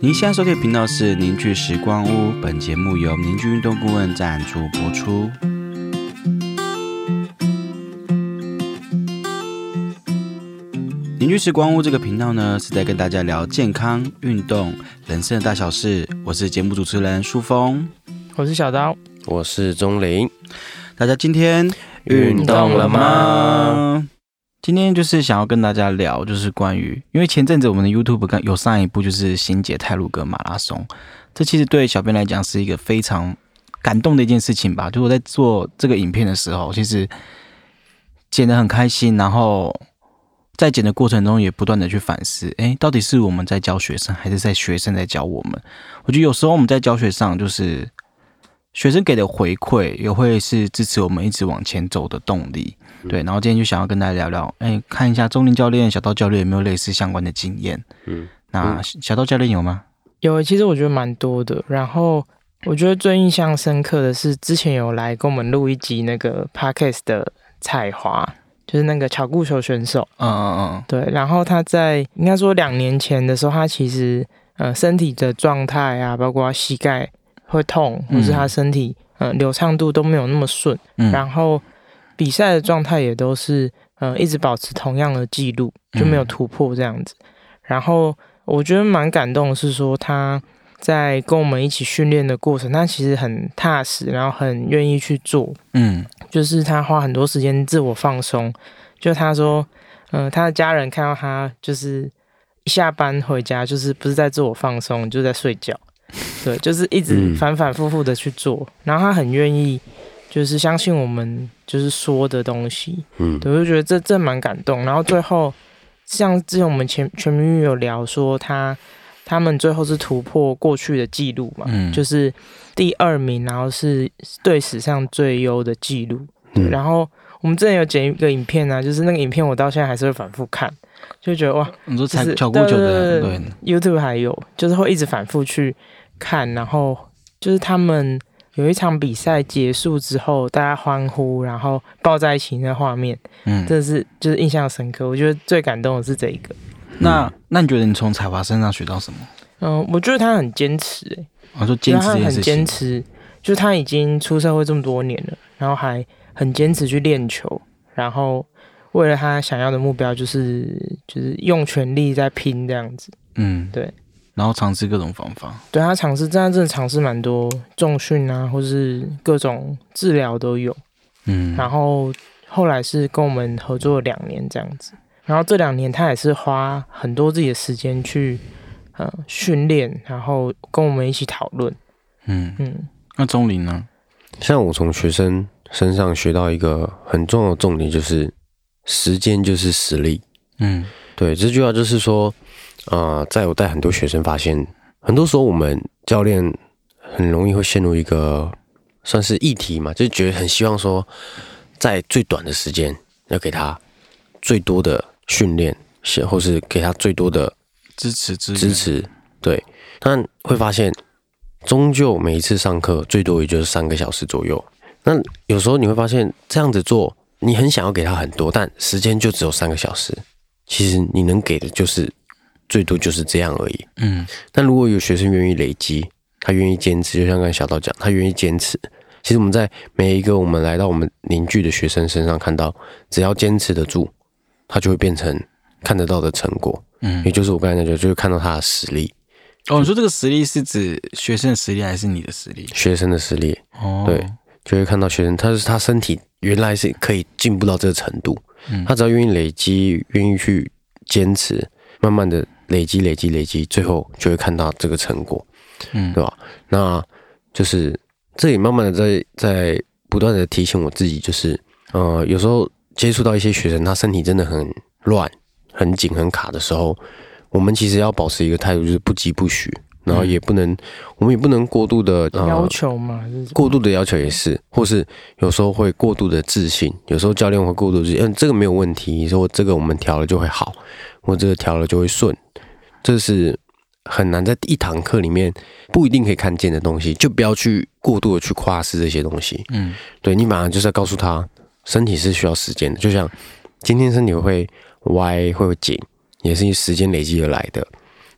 您现在收听的频道是凝聚时光屋，本节目由凝聚运动顾问赞助播出。凝聚时光屋这个频道呢，是在跟大家聊健康、运动、人生的大小事。我是节目主持人舒峰， 我是小刀， 我是钟林。 大家今天运动了吗？ 今天就是想要跟大家聊，就是关于，因为前阵子我们的 YouTube 有上一部就是新捷太鲁阁马拉松，这其实对小编来讲是一个非常感动的一件事情吧。就我在做这个影片的时候，其实剪得很开心，然后在剪的过程中也不断的去反思，到底是我们在教学生，还是在学生在教我们？我觉得有时候我们在教学上，就是学生给的回馈也会是支持我们一直往前走的动力。对，然后今天就想要跟大家聊聊，看一下钟林教练、小刀教练有没有类似相关的经验。那小刀教练有吗？ 有，其实我觉得蛮多的。然后我觉得最印象深刻的是，之前有来跟我们录一集那个 Podcast 的彩华，就是那个巧固球选手。对，然后他在应该说2年前的时候，他其实身体的状态啊，包括膝盖会痛，或是他身体流畅度都没有那么顺，然后比赛的状态也都是一直保持同样的记录，就没有突破这样子。然后我觉得蛮感动的是说，他在跟我们一起训练的过程，他其实很踏实，然后很愿意去做。就是他花很多时间自我放松。就他说，他的家人看到他就是一下班回家，就是不是在自我放松，就在睡觉。对，就是一直反反复复的去做，然后他很愿意，就是相信我们就是说的东西。对，我就觉得这蛮感动。然后最后，像之前我们全民运有聊说他们最后是突破过去的记录嘛，就是第2名，然后是队史上最优的记录。对，然后我们之前有剪一个影片啊，就是那个影片我到现在还是会反复看，就觉得哇， 你说巧固球的，对 ，YouTube 还有，就是会一直反复去看，然后就是他们有一场比赛结束之后，大家欢呼，然后抱在一起那画面，真的是就是印象深刻。我觉得最感动的是这一个。 那你觉得你从彩华身上学到什么？ 我觉得他很坚持， 我说坚持这件事情， 他很坚持，就是他已经出社会这么多年了，然后还很坚持去练球，然后为了他想要的目标，就是用全力在拼这样子。对。 然后尝试各种方法。 对，他真的尝试蛮多重训啊，或是各种治疗都有。然后后来是跟我们合作了2年这样子。然后这2年他也是花很多自己的时间去训练，然后跟我们一起讨论。 那钟林呢？ 像我从学生身上学到一个很重要的重点，就是时间就是实力。对，这句话就是说，在我带很多学生发现，很多时候我们教练很容易会陷入一个算是议题嘛，就是觉得很希望说，在最短的时间要给他最多的训练，或是给他最多的支持。 对，但会发现，终究每一次上课最多也就是3个小时左右。那有时候你会发现，这样子做，你很想要给他很多，但时间就只有3个小时。其实你能给的就是最多就是这样而已。但如果有学生愿意累积，他愿意坚持，就像刚才小刀讲，他愿意坚持。其实我们在每一个我们来到我们凝聚的学生身上看到，只要坚持得住，他就会变成看得到的成果。也就是我刚才讲的，就是看到他的实力。 你说这个实力是指学生的实力还是你的实力？ 学生的实力。对，就会看到学生他身体原来是可以进步到这个程度。他只要愿意累积，愿意去坚持，慢慢的累积，最后就会看到这个成果。对吧？那就是这也慢慢的在不断的提醒我自己，就是有时候接触到一些学生，他身体真的很乱、很紧、很卡的时候，我们其实要保持一个态度，就是不急不徐，然后我们也不能过度的要求嘛， 过度的要求也是，或是有时候会过度的自信，有时候教练会过度的自信，这个没有问题，你说这个我们调了就会好，或这个调了就会顺，这是很难在一堂课里面不一定可以看见的东西，就不要去过度的去夸饰这些东西。对，你马上就是要告诉他，身体是需要时间的，就像今天身体会歪会紧，也是时间累积而来的。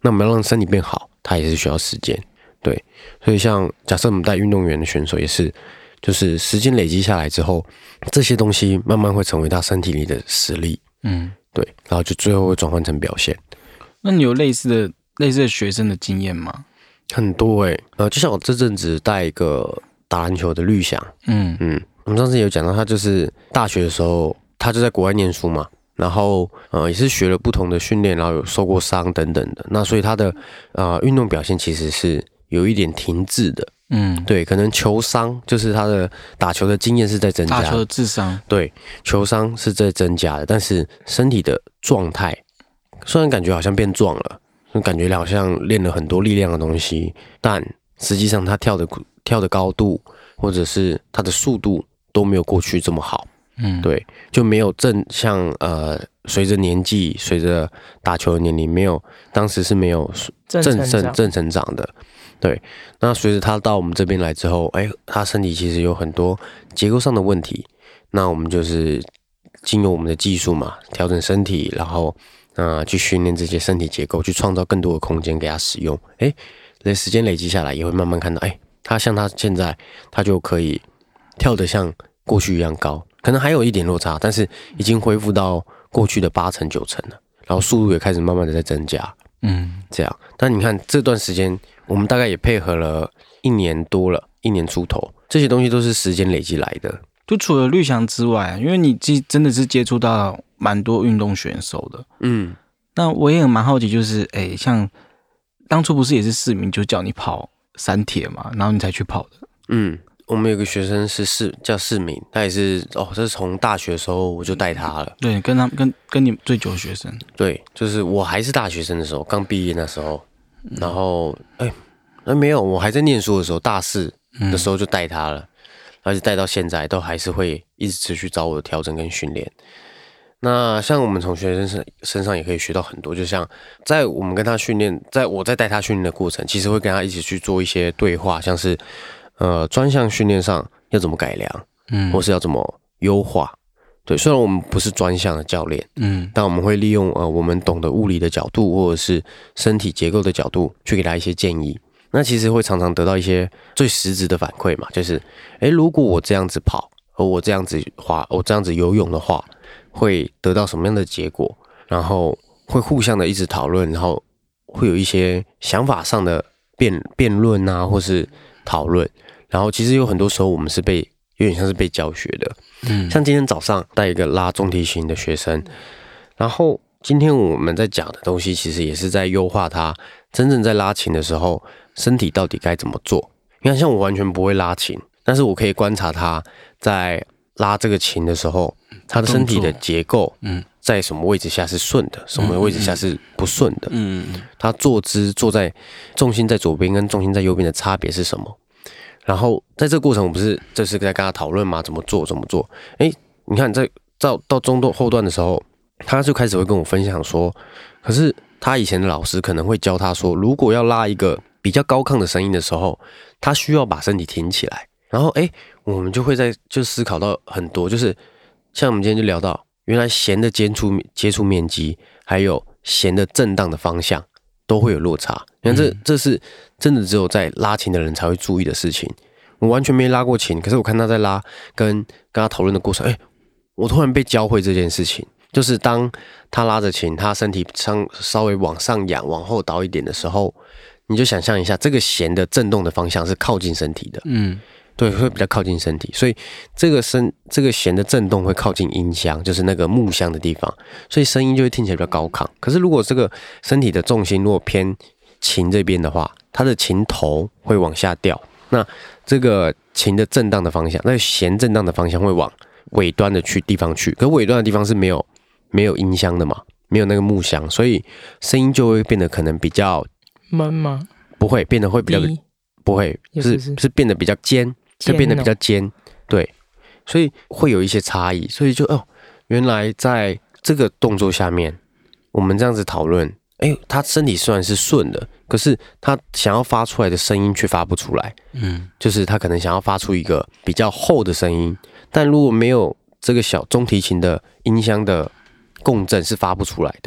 那我们要让身体变好，它也是需要时间。对，所以像假设我们带运动员的选手也是，就是时间累积下来之后，这些东西慢慢会成为他身体里的实力。对，然后就最后会转换成表现。 那你有类似的学生的经验吗？ 很多就像我这阵子带一个打篮球的绿翔，我们上次有讲到，他就是大学的时候，他就在国外念书嘛，然后也是学了不同的训练，然后有受过伤等等的，那所以他的运动表现其实是有一点停滞的。对，可能球商就是他的打球的经验是在增加的， 打球的智商， 对，球商是在增加的，但是身体的状态虽然感觉好像变壮了，感觉好像练了很多力量的东西，但实际上他跳的高度或者是他的速度都没有过去这么好。对，就没有像随着年纪，随着打球的年龄，当时是没有正成长的。对，那随着他到我们这边来之后，他身体其实有很多结构上的问题，那我们就是经由我们的技术嘛，调整身体，然后去训练这些身体结构，去创造更多的空间给他使用。时间累积下来，也会慢慢看到，他像他现在，他就可以跳得像过去一样高，可能还有一点落差，但是已经恢复到过去的8成9成了，然后速度也开始慢慢的在增加。这样。但你看这段时间，我们大概也配合了1年多了，1年出头，这些东西都是时间累积来的。 就除了绿翔之外，因为你真的是接触到蛮多运动选手的。那我也蛮好奇，就是像当初不是也是市民就叫你跑3铁嘛，然后你才去跑的。 我们有个学生叫市民，他也是这是从大学的时候我就带他了。 对，跟你最久的学生。对， 就是我还是大学生的时候，刚毕业那时候，然后没有，我还在念书的时候，大4的时候就带他了，而且带到现在都还是会一直持续找我的调整跟训练。那像我们从学生身上也可以学到很多，就像在我们跟他训练，在我在带他训练的过程，其实会跟他一起去做一些对话，像是专项训练上要怎么改良，或是要怎么优化。对，虽然我们不是专项的教练，但我们会利用我们懂得物理的角度，或者是身体结构的角度，去给他一些建议。那其实会常常得到一些最实质的反馈嘛，就是如果我这样子跑，和我这样子滑，我这样子游泳的话，会得到什么样的结果？然后会互相的一直讨论，然后会有一些想法上的辩论啊，或是讨论。然后其实有很多时候我们是有点像是被教学的。像今天早上带一个拉重提琴的学生，然后今天我们在讲的东西，其实也是在优化他真正在拉琴的时候，身体到底该怎么做。你看，像我完全不会拉琴，但是我可以观察他在拉这个琴的时候，他的身体的结构，在什么位置下是顺的，什么位置下是不顺的，他坐在重心在左边跟重心在右边的差别是什么？然后在这个过程，我不是就是在跟他讨论吗？怎么做？你看到中段后段的时候，他就开始会跟我分享说，可是他以前的老师可能会教他说，如果要拉一个比较高亢的声音的时候，他需要把身体挺起来。然后我们就会就思考到很多，就是像我们今天就聊到，原来弦的接触面积，还有弦的震荡的方向都会有落差。你看这是真的只有在拉琴的人才会注意的事情。我完全没拉过琴，可是我看他在拉，跟他讨论的过程，我突然被教会这件事情。就是当他拉着琴，他身体稍微往上仰、往后倒一点的时候，你就想象一下，这个弦的震动的方向是靠近身体的。对，会比较靠近身体，所以这个弦的震动会靠近音箱，就是那个木箱的地方，所以声音就会听起来比较高亢。可是如果这个身体的重心如果偏琴这边的话，它的琴头会往下掉，那这个琴的震荡的方向，那弦震荡的方向会往尾端的地方去，可尾端的地方是没有音箱的嘛，没有那个木箱，所以声音就会变得可能比较闷吗？ 不会，变得会比较不会，是变得比较尖。就变得比较尖，对，所以会有一些差异，所以就原来在这个动作下面，我们这样子讨论，他身体虽然是顺的，可是他想要发出来的声音却发不出来，就是他可能想要发出一个比较厚的声音，但如果没有这个小中提琴的音箱的共振是发不出来的，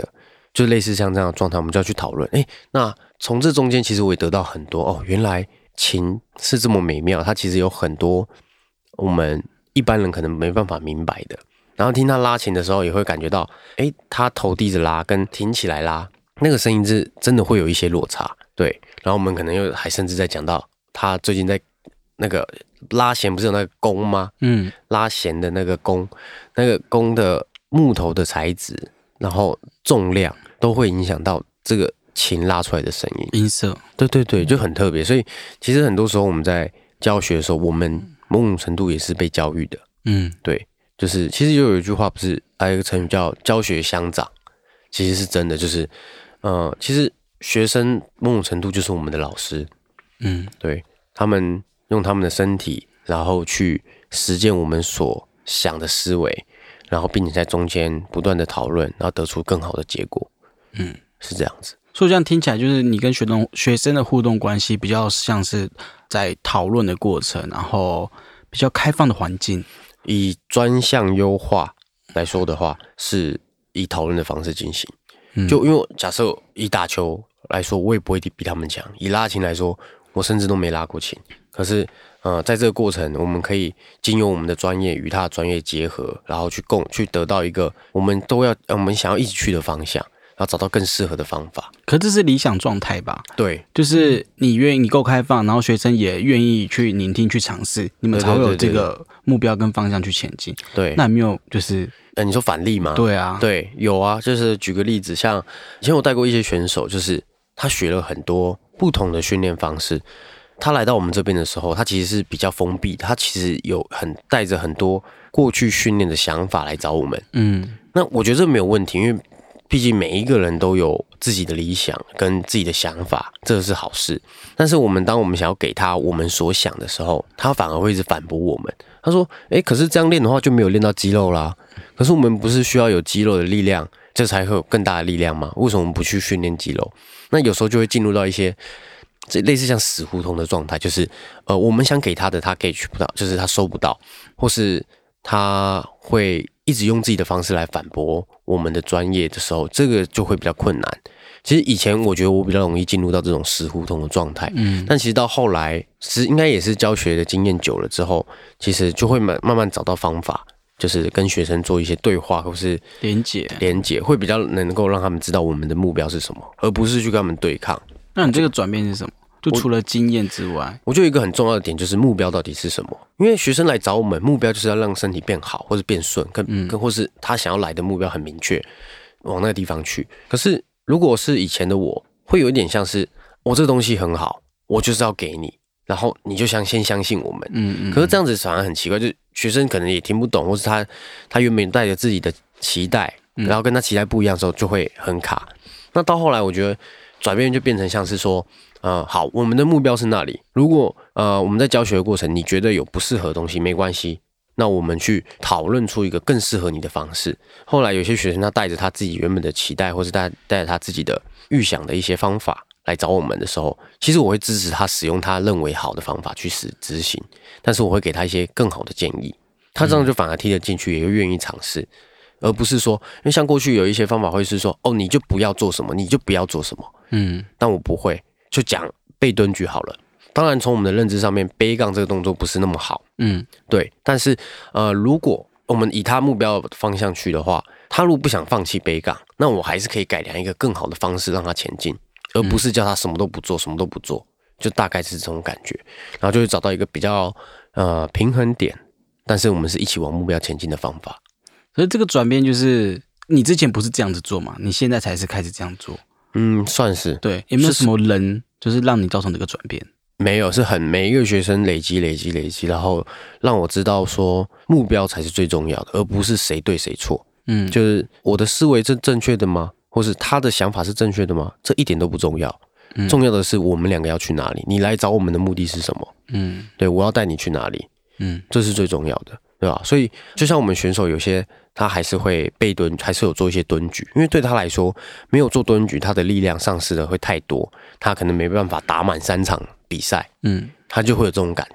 就类似像这样的状态，我们就要去讨论。那从这中间其实我也得到很多原来琴是这么美妙，它其实有很多我们一般人可能没办法明白的。然后听他拉琴的时候，也会感觉到，他头低着拉跟挺起来拉，那个声音是真的会有一些落差。对，然后我们可能又还甚至在讲到他最近在那个拉弦不是有那个弓吗？拉弦的那个弓的木头的材质，然后重量都会影响到这个琴拉出来的声音音色。对对对，就很特别。所以其实很多时候我们在教学的时候，我们某种程度也是被教育的。对，就是其实有一句话不是还有一个成语叫教学相长，其实是真的，就是其实学生某种程度就是我们的老师。对，他们用他们的身体，然后去实践我们所想的思维，然后并且在中间不断的讨论，然后得出更好的结果。是这样子。 所以这样听起来，就是你跟学生的互动关系比较像是在讨论的过程，然后比较开放的环境。 以专项优化来说的话，是以讨论的方式进行。就因为假设以打球来说，我也不会比他们强；以拉琴来说，我甚至都没拉过琴。可是，在这个过程，我们可以经由我们的专业与他的专业结合，然后去得到一个我们想要一起去的方向。然后找到更适合的方法。 可这是理想状态吧？ 对， 就是你够开放，然后学生也愿意去聆听、去尝试，你们才会有这个目标跟方向去前进。 对， 那有没有就是你说反例吗？ 对啊， 对，有啊。就是举个例子，像以前我带过一些选手，就是他学了很多不同的训练方式。他来到我们这边的时候，他其实是比较封闭的，他其实带着很多过去训练的想法来找我们。那我觉得这没有问题，因为毕竟每一个人都有自己的理想跟自己的想法，这是好事。但是当我们想要给他我们所想的时候，他反而会一直反驳我们。他说：“可是这样练的话就没有练到肌肉啦。可是我们不是需要有肌肉的力量，这才会有更大的力量吗？为什么我们不去训练肌肉？”那有时候就会进入到一些这类似像死胡同的状态，就是我们想给他的，他给取不到，就是他收不到，或是他会一直用自己的方式来反驳我们的专业的时候，这个就会比较困难。其实以前我觉得我比较容易进入到这种死胡同的状态，但其实到后来，其实应该也是教学的经验久了之后，其实就会慢慢找到方法，就是跟学生做一些对话或是连结，会比较能够让他们知道我们的目标是什么，而不是去跟他们对抗。 那你这个转变是什么？就除了经验之外， 我觉得有一个很重要的点就是目标到底是什么？因为学生来找我们，目标就是要让身体变好或是变顺，或是他想要来的目标很明确，往那个地方去。可是如果是以前的我，会有一点像是我这个东西很好，我就是要给你，然后你就先相信我们。可是这样子反而很奇怪，就是学生可能也听不懂，或是他原本带着自己的期待，然后跟他期待不一样的时候，就会很卡。那到后来，我觉得转变就变成像是说，好，我们的目标是那里。如果我们在教学的过程，你觉得有不适合的东西，没关系，那我们去讨论出一个更适合你的方式。后来有些学生他带着他自己原本的期待，或是带着他自己的预想的一些方法来找我们的时候，其实我会支持他使用他认为好的方法去执行，但是我会给他一些更好的建议。他这样就反而踢得进去，也会愿意尝试。而不是说，因为像过去有一些方法会是说，你就不要做什么，你就不要做什么。但我不会，就讲背蹲举好了。当然，从我们的认知上面，背杠这个动作不是那么好。对。但是，如果我们以他目标的方向去的话，他如果不想放弃背杠，那我还是可以改良一个更好的方式让他前进，而不是叫他什么都不做，什么都不做，就大概是这种感觉。然后就会找到一个比较平衡点，但是我们是一起往目标前进的方法。 可是这个转变就是你之前不是这样子做嘛？你现在才是开始这样做。 算是。 对，有没有什么人就是让你造成这个转变？ 没有，是每一个学生累积，然后让我知道说目标才是最重要的，而不是谁对谁错。就是我的思维是正确的吗？或是他的想法是正确的吗？这一点都不重要。重要的是我们两个要去哪里，你来找我们的目的是什么？对，我要带你去哪里？这是最重要的。对吧？所以就像我们选手有些他还是会背蹲，还是有做一些蹲举，因为对他来说没有做蹲举，他的力量丧失的会太多，他可能没办法打满3场比赛，他就会有这种感觉。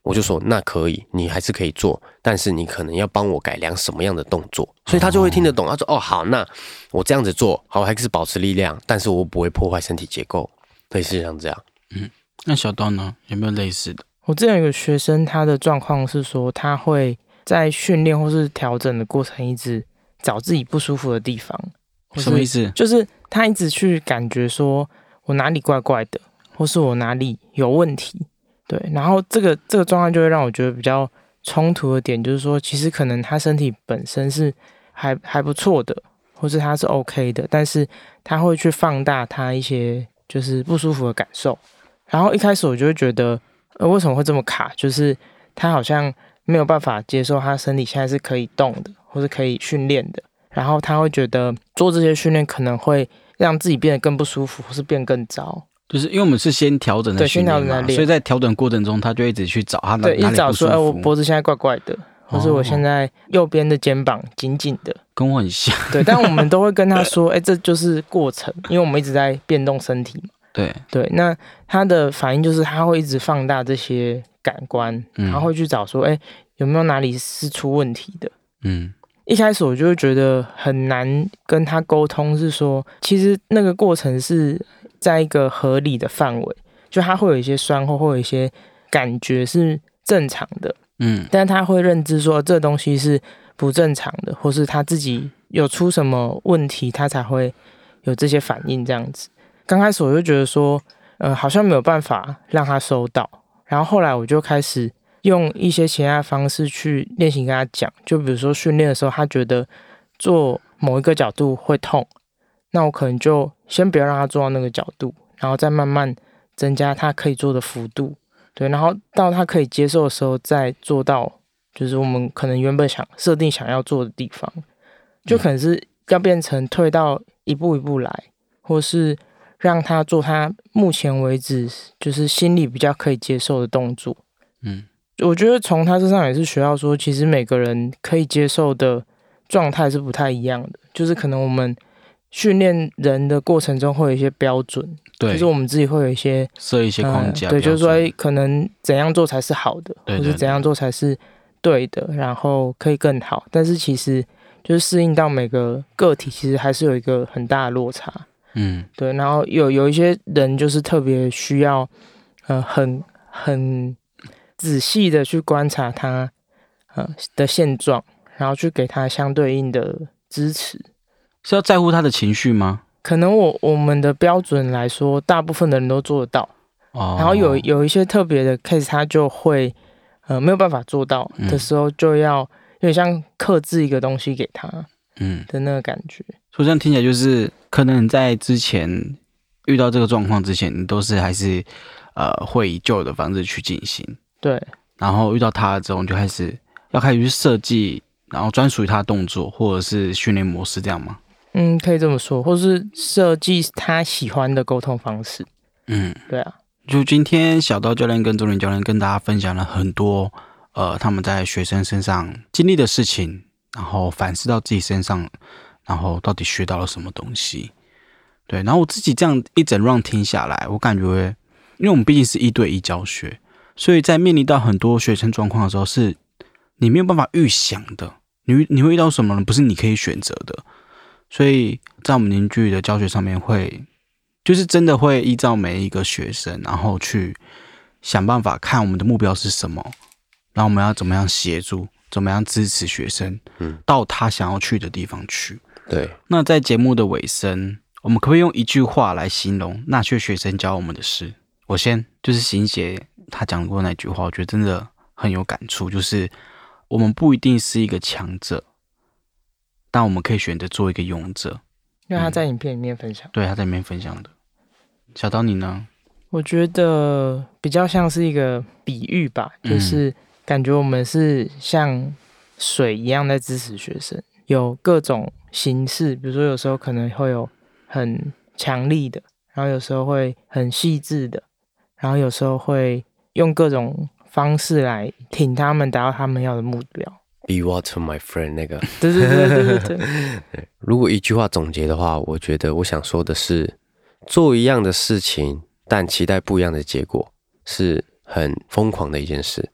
我就说那可以，你还是可以做，但是你可能要帮我改良什么样的动作，所以他就会听得懂。他说哦好，那我这样子做好，还是保持力量，但是我不会破坏身体结构，类似像这样。 那小刀呢？有没有类似的？ 我之前有一个学生，他的状况是说，他会在训练或是调整的过程一直找自己不舒服的地方。 什么意思？ 就是他一直去感觉说我哪里怪怪的，或是我哪里有问题。对，然后这个状况就会让我觉得比较冲突的点，就是说，其实可能他身体本身是还不错的，或是他是 OK 的，但是他会去放大他一些就是不舒服的感受。然后一开始我就会觉得，为什么会这么卡？就是他好像没有办法接受他身体现在是可以动的，或是可以训练的。然后他会觉得做这些训练可能会让自己变得更不舒服，或是变更糟。 就是因为我们是先调整的训练嘛，所以在调整过程中，他就一直去找他哪里不舒服。 对，一直找说，我脖子现在怪怪的，或是我现在右边的肩膀紧紧的， 跟我很像。 对，但我们都会跟他说，这就是过程，因为我们一直在变动身体嘛。对，那他的反应就是他会一直放大这些感官，他会去找说，有没有哪里是出问题的。一开始我就会觉得很难跟他沟通，是说其实那个过程是在一个合理的范围，就他会有一些酸或会有一些感觉是正常的，但他会认知说这东西是不正常的，或是他自己有出什么问题，他才会有这些反应这样子。刚开始我就觉得说，好像没有办法让他收到，然后后来我就开始用一些其他的方式去练习跟他讲，就比如说训练的时候，他觉得做某一个角度会痛，那我可能就先不要让他做到那个角度，然后再慢慢增加他可以做的幅度，对，然后到他可以接受的时候，再做到就是我们可能原本设定想要做的地方，就可能是要变成退到一步一步来，或是让他做他目前为止就是心里比较可以接受的动作。我觉得从他身上也是学到说，其实每个人可以接受的状态是不太一样的，就是可能我们训练人的过程中会有一些标准， 对， 就是我们自己会有一些设一些框架， 对，就是说可能怎样做才是好的，或是怎样做才是对的，然后可以更好，但是其实就是适应到每个个体，其实还是有一个很大的落差。对，然后有一些人就是特别需要很仔细的去观察他的现状，然后去给他相对应的支持。 是要在乎他的情绪吗？ 可能我们的标准来说，大部分的人都做得到。然后有一些特别的 case， 他就会没有办法做到的时候，就要有点像客制一个东西给他的那个感觉。 所以这样听起来就是可能你在之前遇到这个状况之前，你都是还是会以旧的方式去进行。 对， 然后遇到他之后，你就开始去设计，然后专属于他的动作或者是训练模式，这样吗？ 可以这么说，或是设计他喜欢的沟通方式。对啊。 就今天小刀教练跟钟林教练跟大家分享了很多他们在学生身上经历的事情，然后反思到自己身上，然后到底学到了什么东西。对，然后我自己这样一整 round 听下来，我感觉因为我们毕竟是1对1教学，所以在面临到很多学生状况的时候，是你没有办法预想的，你会遇到什么人不是你可以选择的。所以在我们凝聚的教学上面就是真的会依照每一个学生，然后去想办法看我们的目标是什么，然后我们要怎么样协助，怎么样支持学生到他想要去的地方去。 对， 那在节目的尾声，我们可不可以用一句话来形容那些学生教我们的事？我先就是行协他讲过那句话，我觉得真的很有感触，就是我们不一定是一个强者，但我们可以选择做一个勇者。 因为他在影片里面分享， 对，他在里面分享的。小刀你呢？ 我觉得比较像是一个比喻吧，就是感觉我们是像水一样在支持学生，有各种形式，比如说有时候可能会有很强力的，然后有时候会很细致的，然后有时候会用各种方式来挺他们达到他们要的目标。 Be water, my friend， 那个。 对。 如果一句话总结的话，我觉得我想说的是，做一样的事情，但期待不一样的结果，是很疯狂的一件事。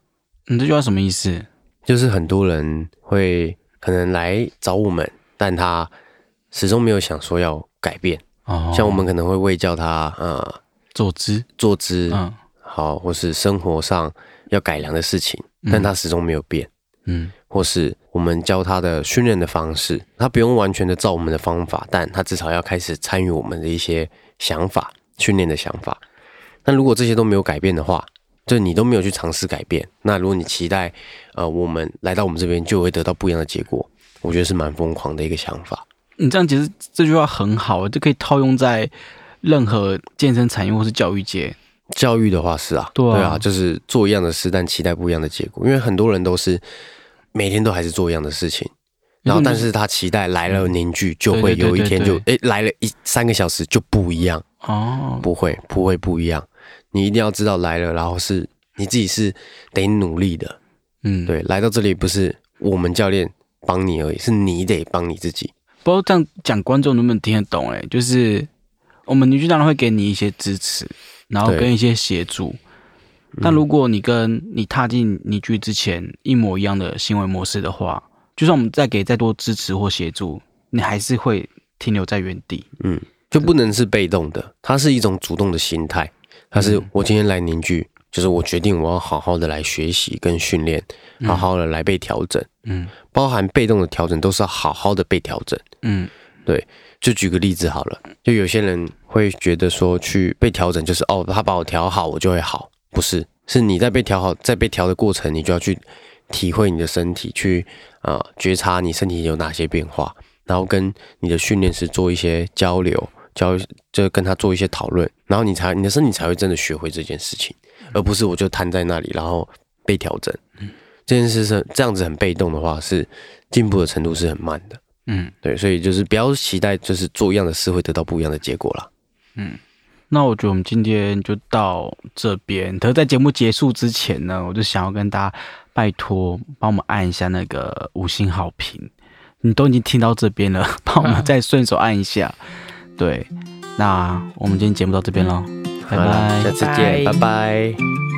这句话什么意思？ 就是很多人会可能来找我们，但他始终没有想说要改变。像我们可能会卫教他坐姿，好，或是生活上要改良的事情，但他始终没有变。或是我们教他的训练的方式，他不用完全的照我们的方法，但他至少要开始参与我们的一些想法，训练的想法。那如果这些都没有改变的话，就你都没有去尝试改变，那如果你期待我们来到我们这边就会得到不一样的结果，我觉得是蛮疯狂的一个想法。 你这样其实这句话很好，就可以套用在任何健身产业或是教育界。 教育的话是啊，对啊，就是做一样的事，但期待不一样的结果。因为很多人都是每天都还是做一样的事情，然后但是他期待来了凝聚就会有一天就来了3个小时就不一样哦，不会不一样。你一定要知道来了，然后是你自己是得努力的，对，来到这里不是我们教练帮你而已，是你得帮你自己。 不知道这样讲观众能不能听得懂？就是我们凝聚当然会给你一些支持，然后跟一些协助。但如果你跟你踏进凝聚之前一模一样的行为模式的话，就算我们再给再多支持或协助，你还是会停留在原地。 就不能是被动的，它是一种主动的心态。它是我今天来凝聚，就是我决定我要好好的来学习跟训练，好好的来被调整。包含被动的调整都是要好好的被调整。对，就举个例子好了，就有些人会觉得说去被调整就是他把我调好我就会好，不是，是你在被调好，在被调的过程，你就要去体会你的身体，去觉察你身体有哪些变化，然后跟你的训练师做一些交流，就跟他做一些讨论，然后你的身体才会真的学会这件事情，而不是我就瘫在那里然后被调整。这件事是这样子很被动的话，是进步的程度是很慢的。对，所以就是不要期待就是做一样的事会得到不一样的结果啦。 那我觉得我们今天就到这边。可是在节目结束之前呢，我就想要跟大家拜托，帮我们按一下那个5星好评。你都已经听到这边了，帮我们再顺手按一下。对，那我们今天节目到这边咯，拜拜， 下次见，拜拜。